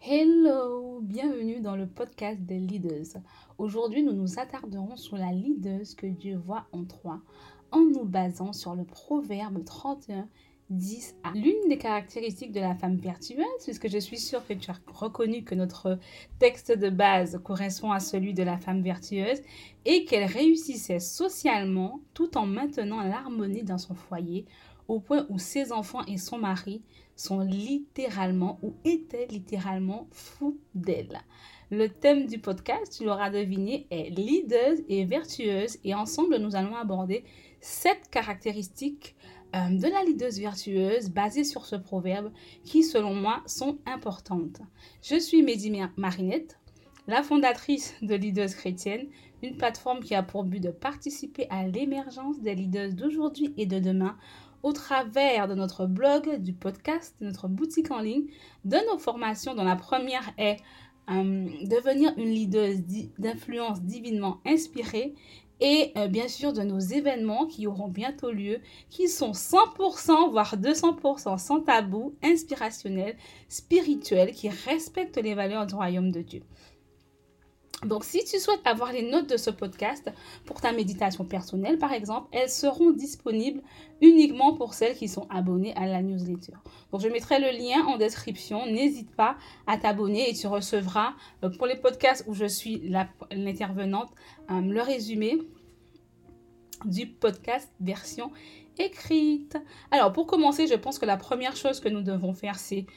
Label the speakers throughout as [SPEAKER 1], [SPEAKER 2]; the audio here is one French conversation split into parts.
[SPEAKER 1] Hello, bienvenue dans le podcast des leaders. Aujourd'hui, nous nous attarderons sur la leaders que Dieu voit en toi en nous basant sur le proverbe 31, 10a. L'une des caractéristiques de la femme vertueuse, puisque je suis sûre que tu as reconnu que notre texte de base correspond à celui de la femme vertueuse, est qu'elle réussissait socialement tout en maintenant l'harmonie dans son foyer, au point où ses enfants et son mari sont littéralement ou étaient littéralement fous d'elle. Le thème du podcast, tu l'auras deviné, est leaders et vertueuse et ensemble nous allons aborder 7 caractéristiques de la leaduse vertueuse basées sur ce proverbe qui selon moi sont importantes. Je suis Mehdi Marinette, la fondatrice de Leaders Chrétienne, une plateforme qui a pour but de participer à l'émergence des leaders d'aujourd'hui et de demain au travers de notre blog, du podcast, de notre boutique en ligne, de nos formations dont la première est devenir une leader d'influence divinement inspirée et bien sûr de nos événements qui auront bientôt lieu, qui sont 100% voire 200% sans tabou, inspirationnels, spirituels, qui respectent les valeurs du royaume de Dieu. Donc, si tu souhaites avoir les notes de ce podcast pour ta méditation personnelle, par exemple, elles seront disponibles uniquement pour celles qui sont abonnées à la newsletter. Donc, je mettrai le lien en description. N'hésite pas à t'abonner et tu recevras, pour les podcasts où je suis l'intervenante, le résumé du podcast version écrite. Alors, pour commencer, je pense que la première chose que nous devons faire, c'est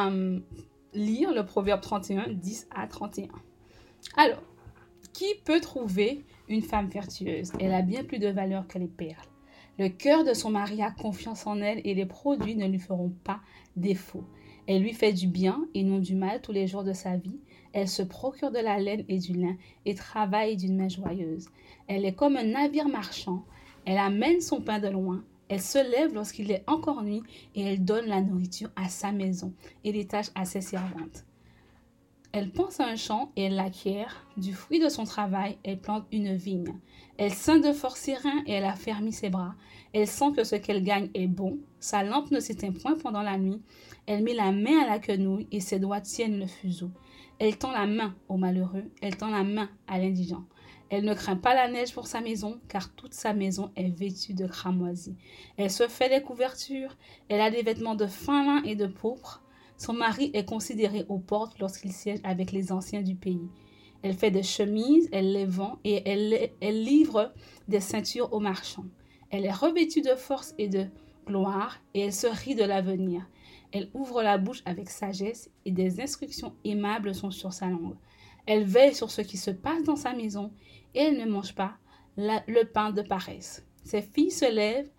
[SPEAKER 1] lire le proverbe 31, 10 à 31. Alors, qui peut trouver une femme vertueuse? Elle a bien plus de valeur que les perles. Le cœur de son mari a confiance en elle et les produits ne lui feront pas défaut. Elle lui fait du bien et non du mal tous les jours de sa vie. Elle se procure de la laine et du lin et travaille d'une main joyeuse. Elle est comme un navire marchand. Elle amène son pain de loin. Elle se lève lorsqu'il est encore nuit et elle donne la nourriture à sa maison et les tâches à ses servantes. Elle pense à un champ et elle l'acquiert. Du fruit de son travail, elle plante une vigne. Elle ceint de force ses reins et elle affermit ses bras. Elle sent que ce qu'elle gagne est bon. Sa lampe ne s'éteint point pendant la nuit. Elle met la main à la quenouille et ses doigts tiennent le fuseau. Elle tend la main au malheureux. Elle tend la main à l'indigent. Elle ne craint pas la neige pour sa maison, car toute sa maison est vêtue de cramoisis. Elle se fait des couvertures. Elle a des vêtements de fin lin et de pourpre. Son mari est considéré aux portes lorsqu'il siège avec les anciens du pays. Elle fait des chemises, elle les vend et elle livre des ceintures aux marchands. Elle est revêtue de force et de gloire et elle se rit de l'avenir. Elle ouvre la bouche avec sagesse et des instructions aimables sont sur sa langue. Elle veille sur ce qui se passe dans sa maison et elle ne mange pas le pain de paresse. Ses fils se lèvent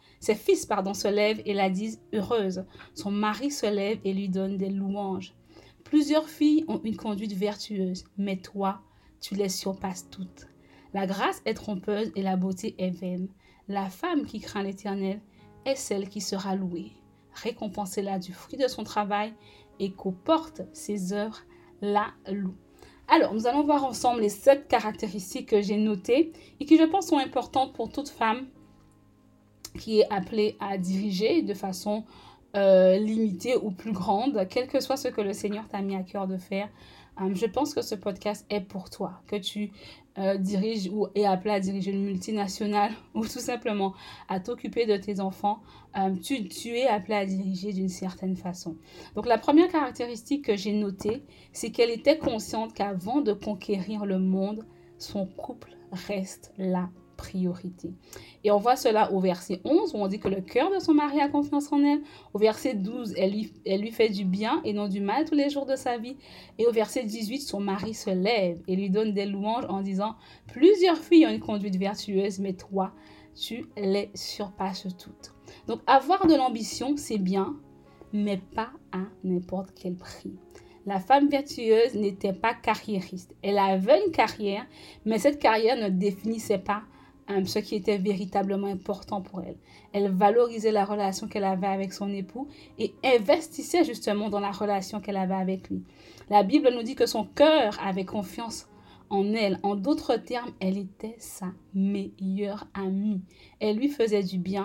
[SPEAKER 1] et la disent heureuse. Son mari se lève et lui donne des louanges. Plusieurs filles ont une conduite vertueuse, mais toi, tu les surpasses toutes. La grâce est trompeuse et la beauté est vaine. La femme qui craint l'Éternel est celle qui sera louée. Récompensez-la du fruit de son travail et qu'aux portes ses œuvres la louent. Alors, nous allons voir ensemble les 7 caractéristiques que j'ai notées et qui, je pense, sont importantes pour toute femme qui est appelée à diriger de façon limitée ou plus grande, quel que soit ce que le Seigneur t'a mis à cœur de faire. Je pense que ce podcast est pour toi, que tu diriges ou es appelé à diriger une multinationale ou tout simplement à t'occuper de tes enfants, tu es appelé à diriger d'une certaine façon. Donc la première caractéristique que j'ai notée, c'est qu'elle était consciente qu'avant de conquérir le monde, son couple reste la priorité. Et on voit cela au verset 11 où on dit que le cœur de son mari a confiance en elle. Au verset 12, elle lui fait du bien et non du mal tous les jours de sa vie. Et au verset 18, son mari se lève et lui donne des louanges en disant « Plusieurs filles ont une conduite vertueuse, mais toi, tu les surpasses toutes. » Donc avoir de l'ambition, c'est bien, mais pas à n'importe quel prix. La femme vertueuse n'était pas carriériste. Elle avait une carrière, mais cette carrière ne définissait pas ce qui était véritablement important pour elle. Elle valorisait la relation qu'elle avait avec son époux et investissait justement dans la relation qu'elle avait avec lui. La Bible nous dit que son cœur avait confiance en elle. En d'autres termes, elle était sa meilleure amie. Elle lui faisait du bien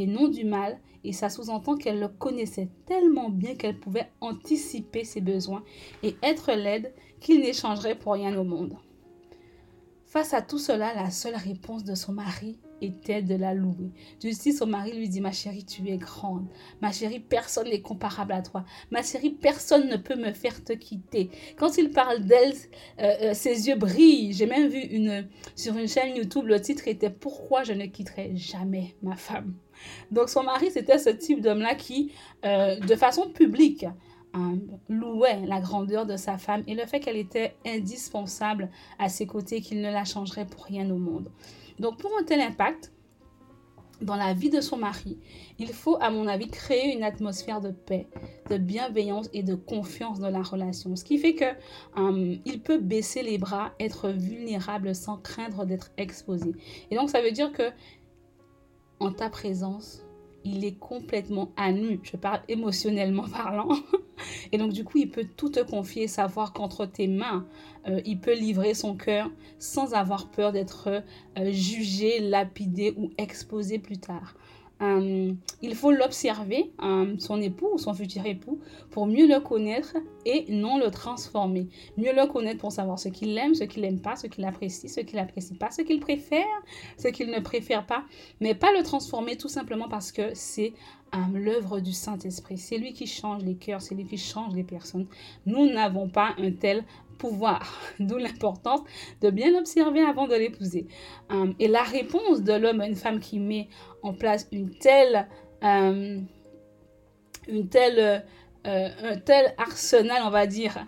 [SPEAKER 1] et non du mal, et ça sous-entend qu'elle le connaissait tellement bien qu'elle pouvait anticiper ses besoins et être l'aide qu'il n'échangerait pour rien au monde. Face à tout cela, la seule réponse de son mari était de la louer. Juste, son mari lui dit: ma chérie, tu es grande. Ma chérie, personne n'est comparable à toi. Ma chérie, personne ne peut me faire te quitter. Quand il parle d'elle, ses yeux brillent. J'ai même vu sur une chaîne YouTube, le titre était: pourquoi je ne quitterai jamais ma femme. Donc son mari, c'était ce type d'homme-là qui, de façon publique, louait la grandeur de sa femme et le fait qu'elle était indispensable à ses côtés, qu'il ne la changerait pour rien au monde. Donc pour un tel impact dans la vie de son mari, il faut, à mon avis, créer une atmosphère de paix, de bienveillance et de confiance dans la relation. Ce qui fait qu'il peut baisser les bras, être vulnérable sans craindre d'être exposé. Et donc ça veut dire que en ta présence, il est complètement à nu. Je parle émotionnellement parlant. Et donc, du coup, il peut tout te confier, savoir qu'entre tes mains, il peut livrer son cœur sans avoir peur d'être jugé, lapidé ou exposé plus tard. Il faut l'observer, son époux ou son futur époux, pour mieux le connaître et non le transformer. Mieux le connaître pour savoir ce qu'il aime, ce qu'il n'aime pas, ce qu'il apprécie, ce qu'il n'apprécie pas, ce qu'il préfère, ce qu'il ne préfère pas, mais pas le transformer tout simplement parce que c'est l'œuvre du Saint-Esprit. C'est lui qui change les cœurs, c'est lui qui change les personnes. Nous n'avons pas un tel pouvoir, d'où l'importance de bien l'observer avant de l'épouser. Et la réponse de l'homme à une femme qui met en place un tel arsenal, on va dire,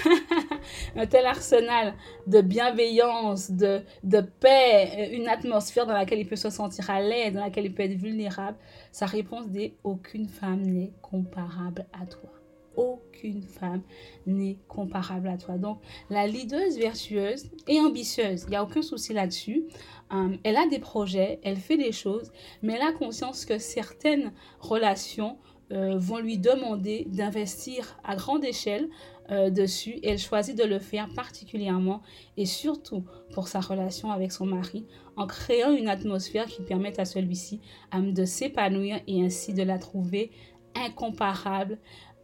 [SPEAKER 1] un tel arsenal de bienveillance, de paix, une atmosphère dans laquelle il peut se sentir à l'aise, dans laquelle il peut être vulnérable, sa réponse est: aucune femme n'est comparable à toi. Aucune femme n'est comparable à toi. Donc, la leaduse vertueuse et ambitieuse, il n'y a aucun souci là-dessus. Elle a des projets, elle fait des choses, mais elle a conscience que certaines relations vont lui demander d'investir à grande échelle dessus. Et elle choisit de le faire particulièrement et surtout pour sa relation avec son mari, en créant une atmosphère qui permette à celui-ci de s'épanouir et ainsi de la trouver incomparable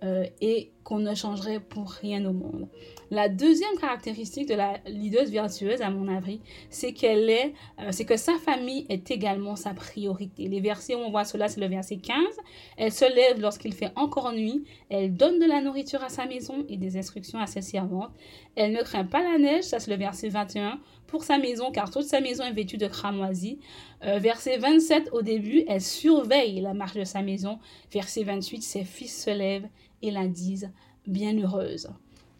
[SPEAKER 1] et qu'on ne changerait pour rien au monde. La deuxième caractéristique de la leaduse vertueuse, à mon avis, c'est que sa famille est également sa priorité. Les versets où on voit cela, c'est le verset 15. Elle se lève lorsqu'il fait encore nuit. Elle donne de la nourriture à sa maison et des instructions à ses servantes. Elle ne craint pas la neige, ça c'est le verset 21, pour sa maison, car toute sa maison est vêtue de cramoisis. Verset 27, au début, elle surveille la marche de sa maison. Verset 28, ses fils se lèvent et la disent bienheureuse.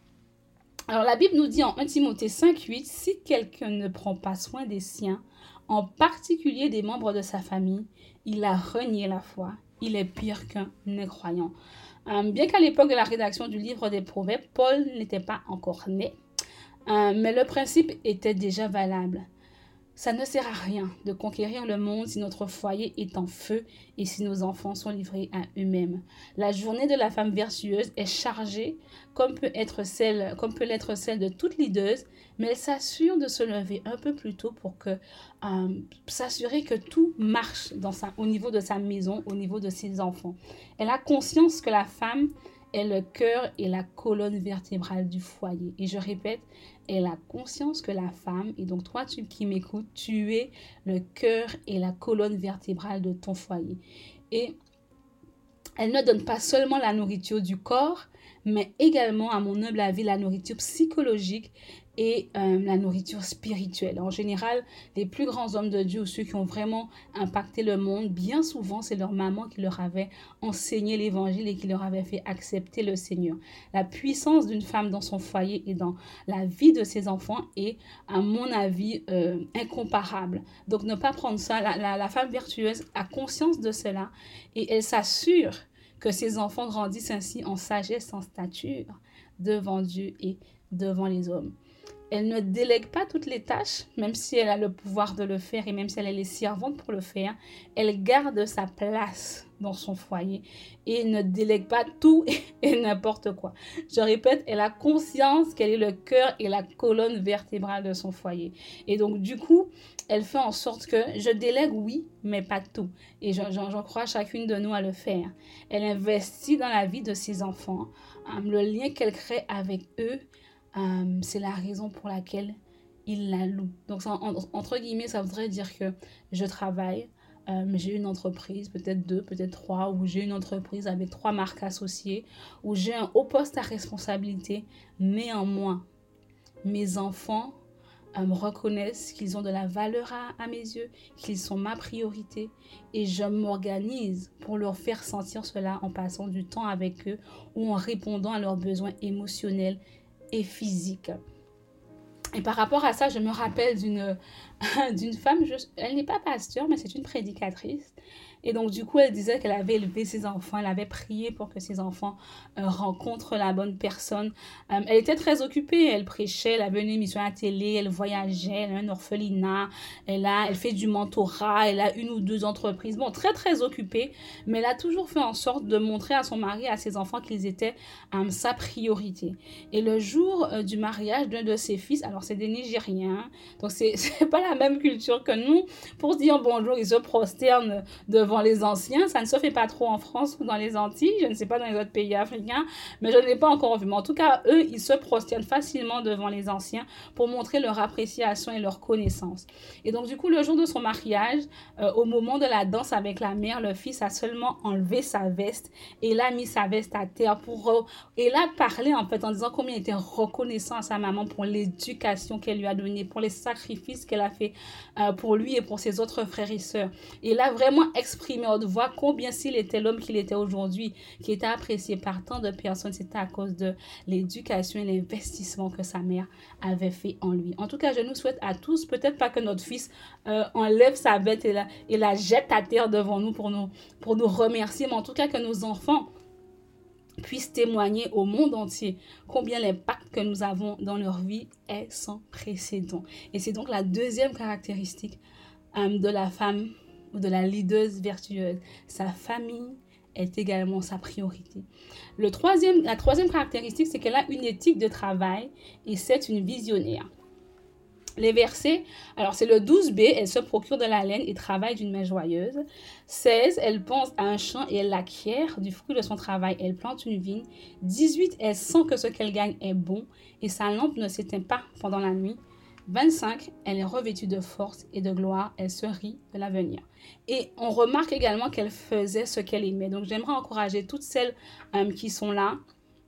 [SPEAKER 1] Alors la Bible nous dit en 1 Timothée 5,8, si quelqu'un ne prend pas soin des siens, en particulier des membres de sa famille, il a renié la foi, il est pire qu'un incroyant. Bien qu'à l'époque de la rédaction du livre des Proverbes, Paul n'était pas encore né, mais le principe était déjà valable. Ça ne sert à rien de conquérir le monde si notre foyer est en feu et si nos enfants sont livrés à eux-mêmes. La journée de la femme vertueuse est chargée, comme peut l'être celle de toute leaduse, mais elle s'assure de se lever un peu plus tôt pour s'assurer que tout marche au niveau de sa maison, au niveau de ses enfants. Elle a conscience que la femme est le cœur et la colonne vertébrale du foyer. Et je répète, elle a conscience que la femme, et donc toi qui m'écoutes, tu es le cœur et la colonne vertébrale de ton foyer. Et elle ne donne pas seulement la nourriture du corps, mais également, à mon humble avis, la nourriture psychologique et la nourriture spirituelle. En général, les plus grands hommes de Dieu ou ceux qui ont vraiment impacté le monde, bien souvent, c'est leur maman qui leur avait enseigné l'évangile et qui leur avait fait accepter le Seigneur. La puissance d'une femme dans son foyer et dans la vie de ses enfants est, à mon avis, incomparable. Donc, ne pas prendre ça. La femme vertueuse a conscience de cela et elle s'assure que ses enfants grandissent ainsi en sagesse, en stature, devant Dieu et devant les hommes. Elle ne délègue pas toutes les tâches, même si elle a le pouvoir de le faire et même si elle est servante pour le faire. Elle garde sa place dans son foyer et ne délègue pas tout et n'importe quoi. Je répète, elle a conscience qu'elle est le cœur et la colonne vertébrale de son foyer. Et donc, du coup, elle fait en sorte que je délègue, oui, mais pas tout. Et j'encourage chacune de nous à le faire. Elle investit dans la vie de ses enfants. Le lien qu'elle crée avec eux, c'est la raison pour laquelle il la loue. Donc, ça, entre guillemets, ça voudrait dire que je travaille, j'ai une entreprise, peut-être 2, peut-être 3, ou j'ai une entreprise avec 3 marques associées, ou j'ai un haut poste à responsabilité. Néanmoins, mes enfants me reconnaissent qu'ils ont de la valeur à mes yeux, qu'ils sont ma priorité, et je m'organise pour leur faire sentir cela en passant du temps avec eux ou en répondant à leurs besoins émotionnels et physiques. Et par rapport à ça, je me rappelle d'une femme, elle n'est pas pasteur, mais c'est une prédicatrice. Et donc, du coup, elle disait qu'elle avait élevé ses enfants, elle avait prié pour que ses enfants rencontrent la bonne personne. Elle était très occupée, elle prêchait, elle avait une émission à la télé, elle voyageait, elle a un orphelinat, elle fait du mentorat, elle a 1 ou 2 entreprises. Bon, très, très occupée, mais elle a toujours fait en sorte de montrer à son mari et à ses enfants qu'ils étaient sa priorité. Et le jour du mariage d'un de ses fils, alors c'est des Nigériens, donc c'est pas la même culture que nous, pour se dire bonjour, ils se prosternent devant les anciens. Ça ne se fait pas trop en France ou dans les Antilles, je ne sais pas dans les autres pays africains, mais je ne l'ai pas encore vu. Mais en tout cas, eux, ils se prosternent facilement devant les anciens pour montrer leur appréciation et leur connaissance. Et donc, du coup, le jour de son mariage, au moment de la danse avec la mère, le fils a seulement enlevé sa veste et il a mis sa veste à terre et il a parlé en fait en disant combien il était reconnaissant à sa maman pour l'éducation qu'elle lui a donnée, pour les sacrifices qu'elle a fait pour lui et pour ses autres frères et sœurs. Et il a vraiment exprimé haute voix combien s'il était l'homme qu'il était aujourd'hui, qui était apprécié par tant de personnes, c'était à cause de l'éducation et l'investissement que sa mère avait fait en lui. En tout cas, je nous souhaite à tous, peut-être pas que notre fils enlève sa bête et la jette à terre devant nous pour nous remercier, mais en tout cas que nos enfants puissent témoigner au monde entier combien l'impact que nous avons dans leur vie est sans précédent. Et c'est donc la deuxième caractéristique de la femme ou de la leaduse vertueuse. Sa famille est également sa priorité. La troisième caractéristique, c'est qu'elle a une éthique de travail et c'est une visionnaire. Les versets, alors c'est le 12b, elle se procure de la laine et travaille d'une main joyeuse. 16, elle pense à un champ et elle l'acquiert du fruit de son travail, elle plante une vigne. 18, elle sent que ce qu'elle gagne est bon et sa lampe ne s'éteint pas pendant la nuit. 25, elle est revêtue de force et de gloire, elle se rit de l'avenir. Et on remarque également qu'elle faisait ce qu'elle aimait. Donc j'aimerais encourager toutes celles qui sont là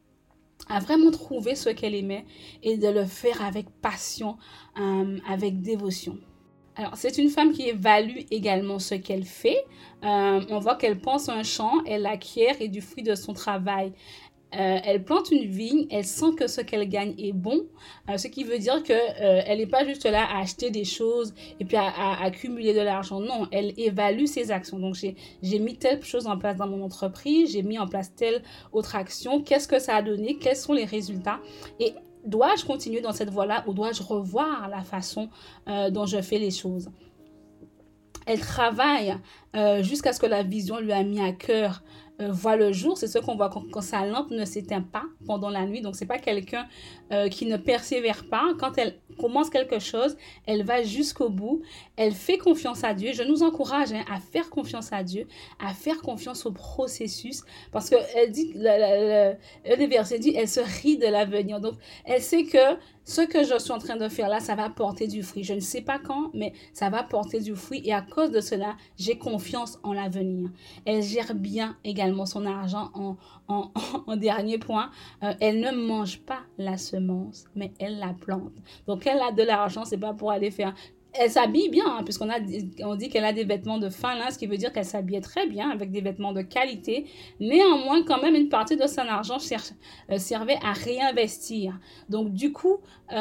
[SPEAKER 1] à vraiment trouver ce qu'elle aimait et de le faire avec passion, avec dévotion. Alors, c'est une femme qui évalue également ce qu'elle fait. On voit qu'elle pense un champ, elle l'acquiert et du fruit de son travail. Elle plante une vigne, elle sent que ce qu'elle gagne est bon, ce qui veut dire qu'elle n'est pas juste là à acheter des choses et puis à accumuler de l'argent. Non, elle évalue ses actions. Donc, j'ai mis telle chose en place dans mon entreprise, j'ai mis en place telle autre action. Qu'est-ce que ça a donné? Quels sont les résultats? Et dois-je continuer dans cette voie-là ou dois-je revoir la façon dont je fais les choses? Elle travaille jusqu'à ce que la vision lui a mis à cœur voit le jour. C'est ce qu'on voit quand sa lampe ne s'éteint pas pendant la nuit. Donc, c'est pas quelqu'un qui ne persévère pas. Quand elle commence quelque chose, elle va jusqu'au bout. Elle fait confiance à Dieu. Je nous encourage à faire confiance à Dieu, à faire confiance au processus. Parce qu'elle dit, un des versets dit, elle se rit de l'avenir. Donc, elle sait que ce que je suis en train de faire là, ça va porter du fruit. Je ne sais pas quand, mais ça va porter du fruit. Et à cause de cela, j'ai confiance en l'avenir. Elle gère bien également son argent en dernier point. Elle ne mange pas la semence, mais elle la plante. Donc, elle a de l'argent, c'est pas pour aller faire... Elle s'habille bien, hein, puisqu'on on dit qu'elle a des vêtements de fin lin, ce qui veut dire qu'elle s'habillait très bien avec des vêtements de qualité. Néanmoins, quand même, une partie de son argent servait à réinvestir. Donc, du coup,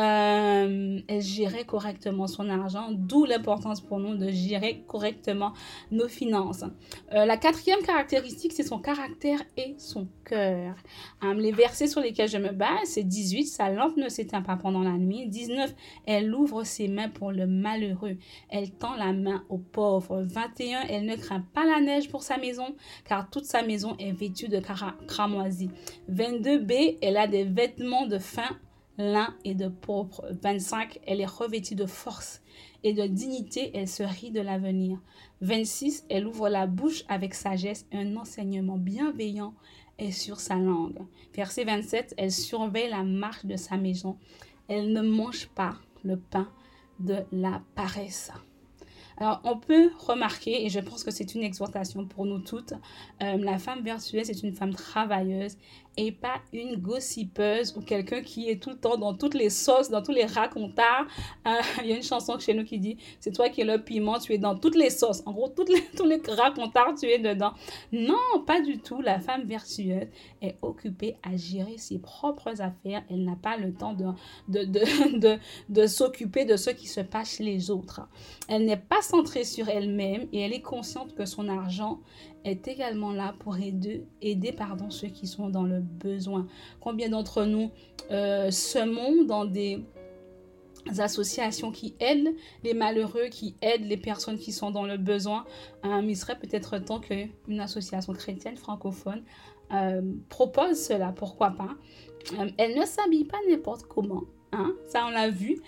[SPEAKER 1] elle gérait correctement son argent, d'où l'importance pour nous de gérer correctement nos finances. La quatrième caractéristique, c'est son caractère et son cœur. Les versets sur lesquels je me base, c'est 18, sa lampe ne s'éteint pas pendant la nuit. 19, elle ouvre ses mains pour le mal malheureux. Elle tend la main aux pauvres. 21, elle ne craint pas la neige pour sa maison, car toute sa maison est vêtue de cramoisi. 22b, elle a des vêtements de fin lin et de pourpre. 25, elle est revêtue de force et de dignité, elle se rit de l'avenir. 26, elle ouvre la bouche avec sagesse, un enseignement bienveillant est sur sa langue. Verset 27, elle surveille la marche de sa maison. Elle ne mange pas le pain de la paresse. Alors, on peut remarquer, et je pense que c'est une exhortation pour nous toutes, la femme vertueuse est une femme travailleuse et pas une gossipeuse ou quelqu'un qui est tout le temps dans toutes les sauces, dans tous les racontards. Il y a une chanson chez nous qui dit « C'est toi qui es le piment, tu es dans toutes les sauces. » En gros, tous les racontards, tu es dedans. Non, pas du tout. La femme vertueuse est occupée à gérer ses propres affaires. Elle n'a pas le temps de s'occuper de ce qui se passe chez les autres. Elle n'est pas centrée sur elle-même et elle est consciente que son argent est également là pour aider ceux qui sont dans le besoin. Combien d'entre nous semons dans des associations qui aident les malheureux, qui aident les personnes qui sont dans le besoin. Il serait peut-être temps qu'une association chrétienne francophone propose cela, pourquoi pas. Elle ne s'habille pas n'importe comment, hein? Ça on l'a vu.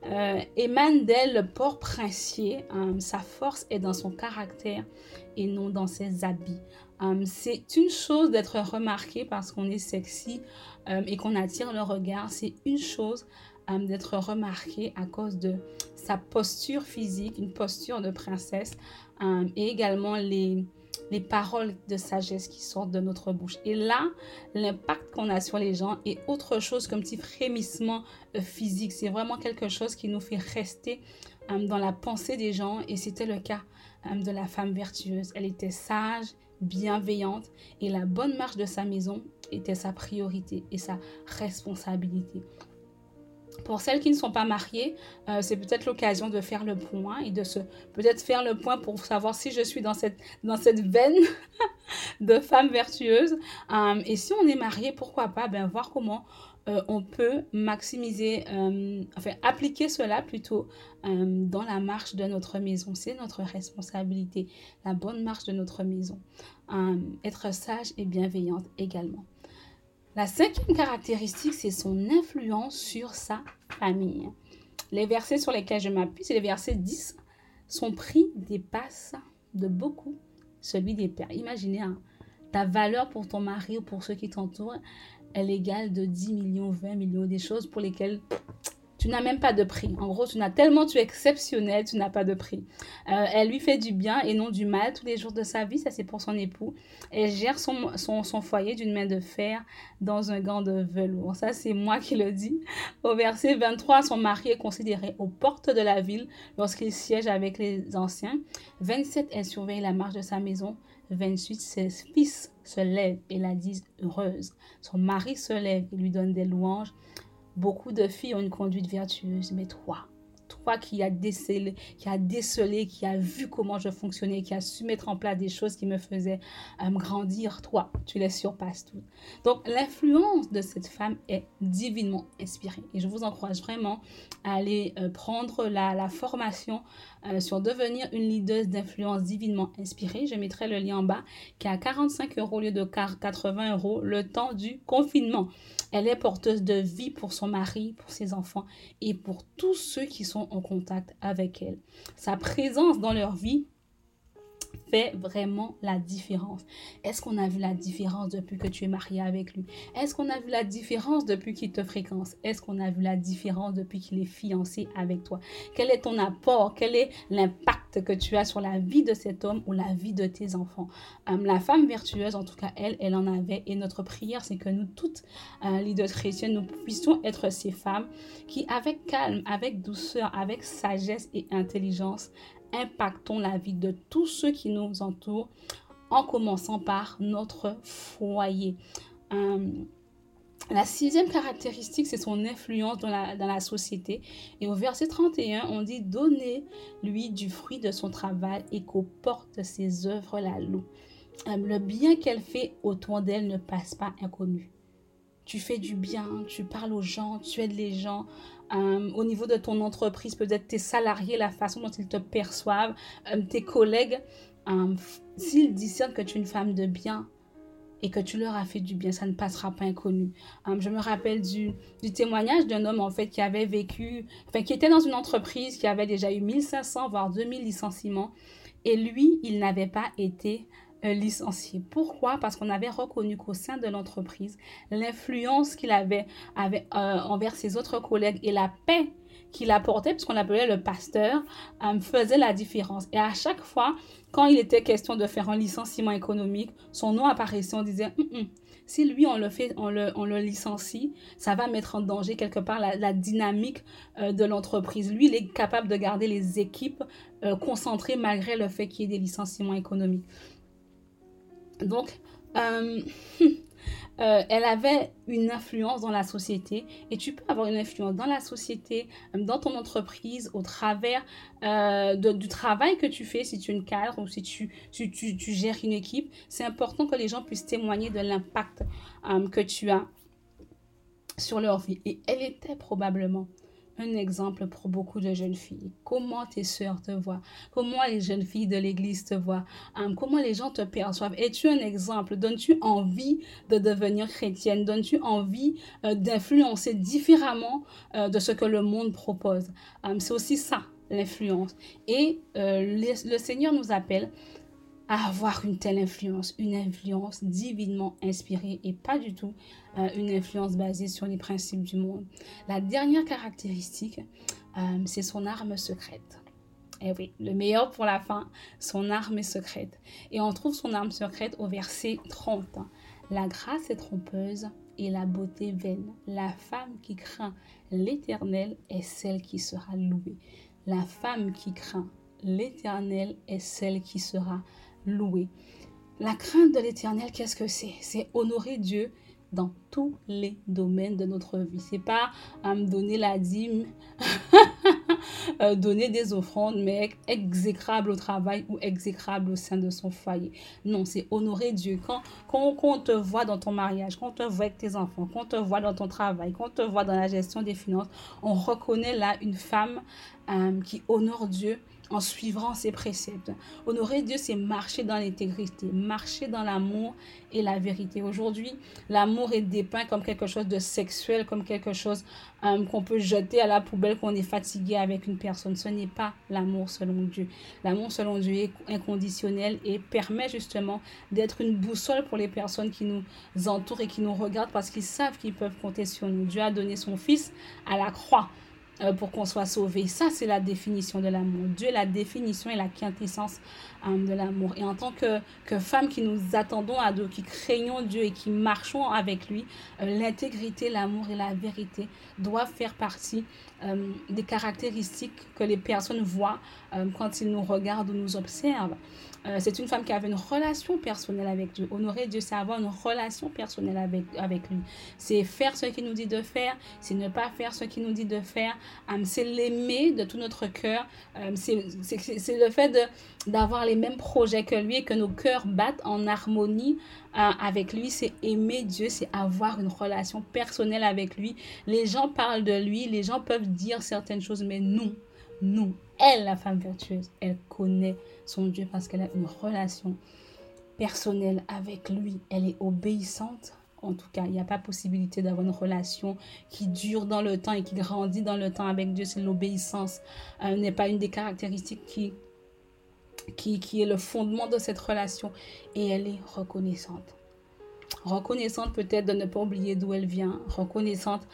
[SPEAKER 1] Émane d'elle le port princier. Sa force est dans son caractère et non dans ses habits. C'est une chose d'être remarqué parce qu'on est sexy et qu'on attire le regard. C'est une chose d'être remarqué à cause de sa posture physique, une posture de princesse et également les paroles de sagesse qui sortent de notre bouche. Et là, l'impact qu'on a sur les gens est autre chose qu'un petit frémissement physique. C'est vraiment quelque chose qui nous fait rester dans la pensée des gens. Et c'était le cas de la femme vertueuse. Elle était sage, bienveillante et la bonne marche de sa maison était sa priorité et sa responsabilité. Pour celles qui ne sont pas mariées, c'est peut-être l'occasion de faire le point et de peut-être faire le point pour savoir si je suis dans cette veine de femme vertueuse. Et si on est marié, pourquoi pas voir comment on peut maximiser, appliquer cela plutôt dans la marche de notre maison. C'est notre responsabilité, la bonne marche de notre maison. Être sage et bienveillante également. La cinquième caractéristique, c'est son influence sur sa famille. Les versets sur lesquels je m'appuie, c'est les versets 10. Son prix dépasse de beaucoup celui des pères. Imaginez, ta valeur pour ton mari ou pour ceux qui t'entourent, elle est égale de 10 millions, 20 millions, des choses pour lesquelles tu n'as même pas de prix. En gros, tu es exceptionnel, tu n'as pas de prix. Elle lui fait du bien et non du mal tous les jours de sa vie, ça c'est pour son époux. Elle gère son foyer d'une main de fer dans un gant de velours. Ça, c'est moi qui le dis. Au verset 23, son mari est considéré aux portes de la ville lorsqu'il siège avec les anciens. 27, elle surveille la marche de sa maison. 28, ses fils se lèvent et la disent heureuse. Son mari se lève et lui donne des louanges. Beaucoup de filles ont une conduite vertueuse, mais toi qui as décelé, qui as vu comment je fonctionnais, qui as su mettre en place des choses qui me faisaient grandir, toi, tu les surpasses toutes. Donc, l'influence de cette femme est divinement inspirée. Et je vous encourage vraiment à aller prendre la formation sur devenir une leader d'influence divinement inspirée. Je mettrai le lien en bas, qui est à 45 € au lieu de 80 € le temps du confinement. Elle est porteuse de vie pour son mari, pour ses enfants et pour tous ceux qui sont en contact avec elle. Sa présence dans leur vie fait vraiment la différence. Est-ce qu'on a vu la différence depuis que tu es marié avec lui? Est-ce qu'on a vu la différence depuis qu'il te fréquente? Est-ce qu'on a vu la différence depuis qu'il est fiancé avec toi? Quel est ton apport? Quel est l'impact que tu as sur la vie de cet homme ou la vie de tes enfants? La femme vertueuse, en tout cas, elle en avait. Et notre prière, c'est que nous toutes, leaders chrétiennes, nous puissions être ces femmes qui, avec calme, avec douceur, avec sagesse et intelligence, impactons la vie de tous ceux qui nous entourent, en commençant par notre foyer. La sixième caractéristique, c'est son influence dans la société. Et au verset 31, on dit « Donnez-lui du fruit de son travail et qu'aux portes de ses œuvres la loue. » Le bien qu'elle fait autour d'elle ne passe pas inconnu. Tu fais du bien, tu parles aux gens, tu aides les gens. au niveau de ton entreprise, peut-être tes salariés, la façon dont ils te perçoivent, tes collègues, s'ils discernent que tu es une femme de bien et que tu leur as fait du bien, ça ne passera pas inconnu. Je me rappelle du témoignage d'un homme en fait qui avait vécu, enfin qui était dans une entreprise qui avait déjà eu 1500 voire 2000 licenciements et lui, il n'avait pas été licencié. Pourquoi? Parce qu'on avait reconnu qu'au sein de l'entreprise, l'influence qu'il avait envers ses autres collègues et la paix qu'il apportait, puisqu'on l'appelait le pasteur, faisait la différence. Et à chaque fois, quand il était question de faire un licenciement économique, son nom apparaissait, on disait si lui on le licencie, ça va mettre en danger quelque part la dynamique de l'entreprise. Lui, il est capable de garder les équipes concentrées malgré le fait qu'il y ait des licenciements économiques. Donc, elle avait une influence dans la société et tu peux avoir une influence dans la société, dans ton entreprise, au travers du travail que tu fais, si tu es une cadre ou si tu gères une équipe. C'est important que les gens puissent témoigner de l'impact que tu as sur leur vie. Et elle était probablement un exemple pour beaucoup de jeunes filles. Comment tes sœurs te voient? Comment les jeunes filles de l'église te voient? Comment les gens te perçoivent? Es-tu un exemple? Donnes-tu envie de devenir chrétienne? Donnes-tu envie d'influencer différemment de ce que le monde propose? C'est aussi ça, l'influence. Et le Seigneur nous appelle à avoir une telle influence, une influence divinement inspirée et pas du tout une influence basée sur les principes du monde. La dernière caractéristique, c'est son arme secrète. Eh oui, le meilleur pour la fin, son arme est secrète. Et on trouve son arme secrète au verset 30. La grâce est trompeuse et la beauté vaine. La femme qui craint l'Éternel est celle qui sera louée. La femme qui craint l'Éternel est celle qui sera louée. La crainte de l'Éternel, qu'est-ce que c'est? C'est honorer Dieu dans tous les domaines de notre vie. C'est pas donner la dîme, donner des offrandes, mais être exécrable au travail ou exécrable au sein de son foyer. Non, c'est honorer Dieu. Quand on te voit dans ton mariage, quand on te voit avec tes enfants, quand on te voit dans ton travail, quand on te voit dans la gestion des finances, on reconnaît là une femme qui honore Dieu en suivant ses préceptes. Honorer Dieu, c'est marcher dans l'intégrité, marcher dans l'amour et la vérité. Aujourd'hui, l'amour est dépeint comme quelque chose de sexuel, comme quelque chose qu'on peut jeter à la poubelle, qu'on est fatigué avec une personne. Ce n'est pas l'amour selon Dieu. L'amour selon Dieu est inconditionnel et permet justement d'être une boussole pour les personnes qui nous entourent et qui nous regardent parce qu'ils savent qu'ils peuvent compter sur nous. Dieu a donné son Fils à la croix pour qu'on soit sauvé. Ça, c'est la définition de l'amour. Dieu est la définition et la quintessence de l'amour. Et en tant que femmes qui nous attendons à Dieu, qui craignons Dieu et qui marchons avec lui, l'intégrité, l'amour et la vérité doivent faire partie des caractéristiques que les personnes voient quand ils nous regardent ou nous observent. C'est une femme qui avait une relation personnelle avec Dieu. Honorer Dieu, c'est avoir une relation personnelle avec lui. C'est faire ce qu'il nous dit de faire, c'est ne pas faire ce qu'il nous dit de faire, c'est l'aimer de tout notre cœur, c'est le fait d'avoir les mêmes projets que lui et que nos cœurs battent en harmonie avec lui. C'est aimer Dieu, c'est avoir une relation personnelle avec lui. Les gens parlent de lui, les gens peuvent dire certaines choses, mais nous, elle, la femme vertueuse, elle connaît son Dieu parce qu'elle a une relation personnelle avec lui. Elle est obéissante. En tout cas, il n'y a pas possibilité d'avoir une relation qui dure dans le temps et qui grandit dans le temps avec Dieu. C'est l'obéissance. N'est pas une des caractéristiques qui est le fondement de cette relation. Et elle est reconnaissante. Reconnaissante peut-être de ne pas oublier d'où elle vient. Reconnaissante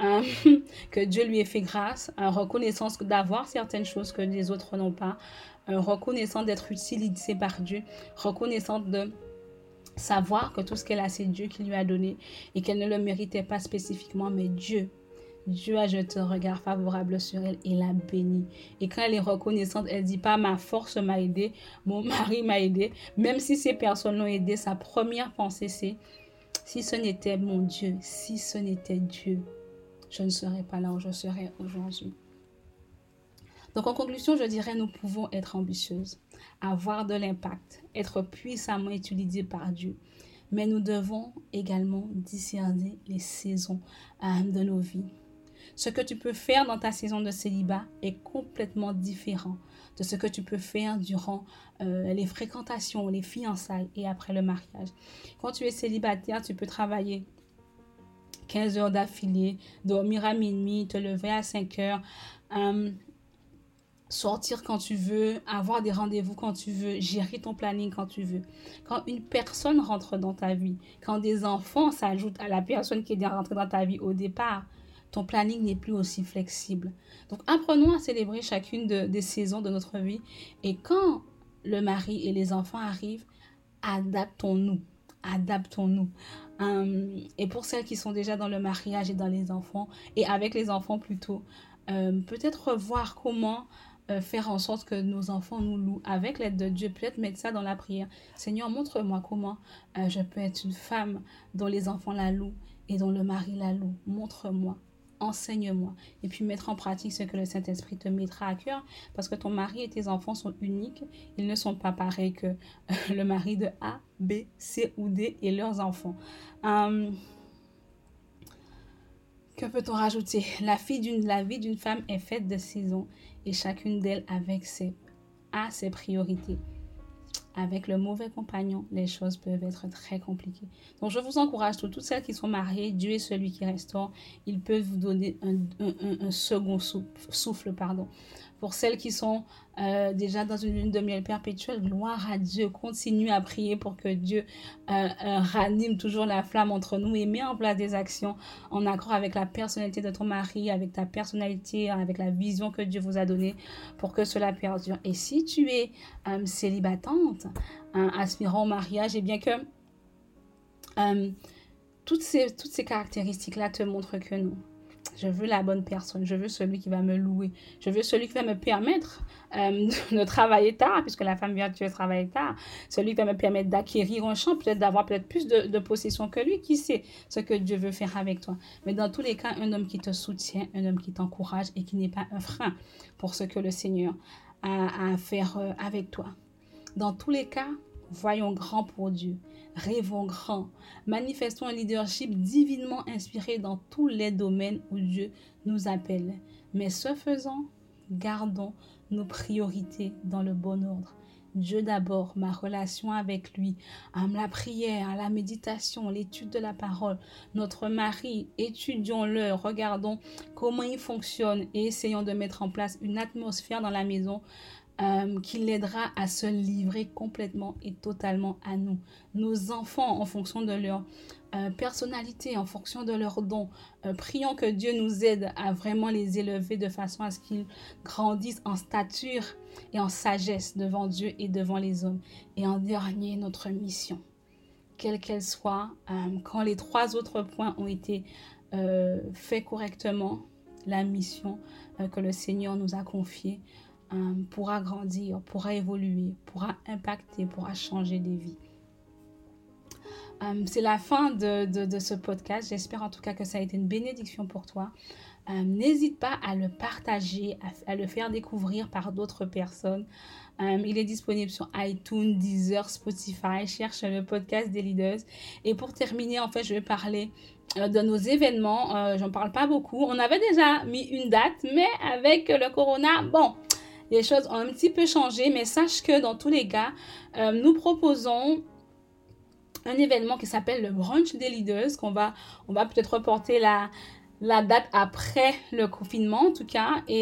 [SPEAKER 1] que Dieu lui ait fait grâce. Reconnaissance d'avoir certaines choses que les autres n'ont pas. Reconnaissante d'être utilisée par Dieu. Reconnaissante de savoir que tout ce qu'elle a, c'est Dieu qui lui a donné et qu'elle ne le méritait pas spécifiquement, mais Dieu a jeté un regard favorable sur elle et l'a bénie. Et quand elle est reconnaissante, elle ne dit pas « ma force m'a aidé, mon mari m'a aidé ». Même si ces personnes l'ont aidé, sa première pensée c'est « si ce n'était mon Dieu, si ce n'était Dieu, je ne serais pas là où je serais aujourd'hui ». Donc en conclusion, je dirais nous pouvons être ambitieuses, avoir de l'impact, être puissamment utilisées par Dieu. Mais nous devons également discerner les saisons de nos vies. Ce que tu peux faire dans ta saison de célibat est complètement différent de ce que tu peux faire durant les fréquentations, les fiançailles et après le mariage. Quand tu es célibataire, tu peux travailler 15 heures d'affilée, dormir à minuit, te lever à 5 heures, sortir quand tu veux, avoir des rendez-vous quand tu veux, gérer ton planning quand tu veux. Quand une personne rentre dans ta vie, quand des enfants s'ajoutent à la personne qui est déjà rentrée dans ta vie au départ, ton planning n'est plus aussi flexible. Donc apprenons à célébrer chacune des saisons de notre vie et quand le mari et les enfants arrivent, adaptons-nous. Adaptons-nous. Et pour celles qui sont déjà dans le mariage et dans les enfants, et avec les enfants plutôt, peut-être voir comment faire en sorte que nos enfants nous louent avec l'aide de Dieu, peut-être mettre ça dans la prière. Seigneur, montre-moi comment je peux être une femme dont les enfants la louent et dont le mari la loue. Montre-moi, enseigne-moi. Et puis mettre en pratique ce que le Saint-Esprit te mettra à cœur, parce que ton mari et tes enfants sont uniques. Ils ne sont pas pareils que le mari de A, B, C ou D et leurs enfants. Que peut-on rajouter? La vie d'une femme est faite de saisons et chacune d'elles a ses priorités. Avec le mauvais compagnon, les choses peuvent être très compliquées. Donc, je vous encourage toutes celles qui sont mariées, Dieu est celui qui restaure. Il peut vous donner un second souffle. Pour celles qui sont déjà dans une lune de miel perpétuelle, gloire à Dieu. Continue à prier pour que Dieu ranime toujours la flamme entre nous et met en place des actions en accord avec la personnalité de ton mari, avec ta personnalité, avec la vision que Dieu vous a donnée pour que cela perdure. Et si tu es célibatante, aspirant au mariage, et bien que toutes ces caractéristiques-là te montrent que non. Je veux la bonne personne, je veux celui qui va me louer, je veux celui qui va me permettre de travailler tard, puisque la femme virtuelle travaille tard, celui qui va me permettre d'acquérir un champ, peut-être d'avoir peut-être plus de possession que lui, qui sait ce que Dieu veut faire avec toi. Mais dans tous les cas, un homme qui te soutient, un homme qui t'encourage et qui n'est pas un frein pour ce que le Seigneur a à faire avec toi. Dans tous les cas, voyons grand pour Dieu, rêvons grand, manifestons un leadership divinement inspiré dans tous les domaines où Dieu nous appelle. Mais ce faisant, gardons nos priorités dans le bon ordre. Dieu d'abord, ma relation avec lui, la prière, la méditation, l'étude de la parole. Notre mari, étudions-le, regardons comment il fonctionne et essayons de mettre en place une atmosphère dans la maison qui l'aidera à se livrer complètement et totalement à nous. Nos enfants, en fonction de leur personnalité, en fonction de leurs dons, prions que Dieu nous aide à vraiment les élever de façon à ce qu'ils grandissent en stature et en sagesse devant Dieu et devant les hommes. Et en dernier, notre mission, quelle qu'elle soit, quand les 3 autres points ont été faits correctement, la mission que le Seigneur nous a confiée pourra grandir, pourra évoluer, pourra impacter, pourra changer des vies. C'est la fin de ce podcast. J'espère en tout cas que ça a été une bénédiction pour toi. N'hésite pas à le partager, à le faire découvrir par d'autres personnes. Il est disponible sur iTunes, Deezer, Spotify. Cherche le podcast des leaders. Et pour terminer, en fait, je vais parler de nos événements. J'en parle pas beaucoup. On avait déjà mis une date, mais avec le corona, bon, les choses ont un petit peu changé. Mais sache que dans tous les cas, nous proposons un événement qui s'appelle le brunch des leaders, on va peut-être reporter la date après le confinement en tout cas. Et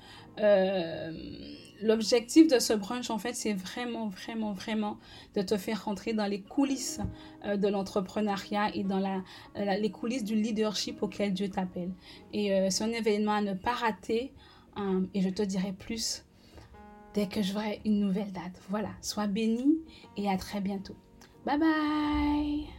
[SPEAKER 1] l'objectif de ce brunch, en fait, c'est vraiment de te faire rentrer dans les coulisses de l'entrepreneuriat et dans les coulisses du leadership auquel Dieu t'appelle. Et c'est un événement à ne pas rater. Et je te dirai plus dès que j'aurai une nouvelle date. Voilà, sois béni et à très bientôt. Bye bye!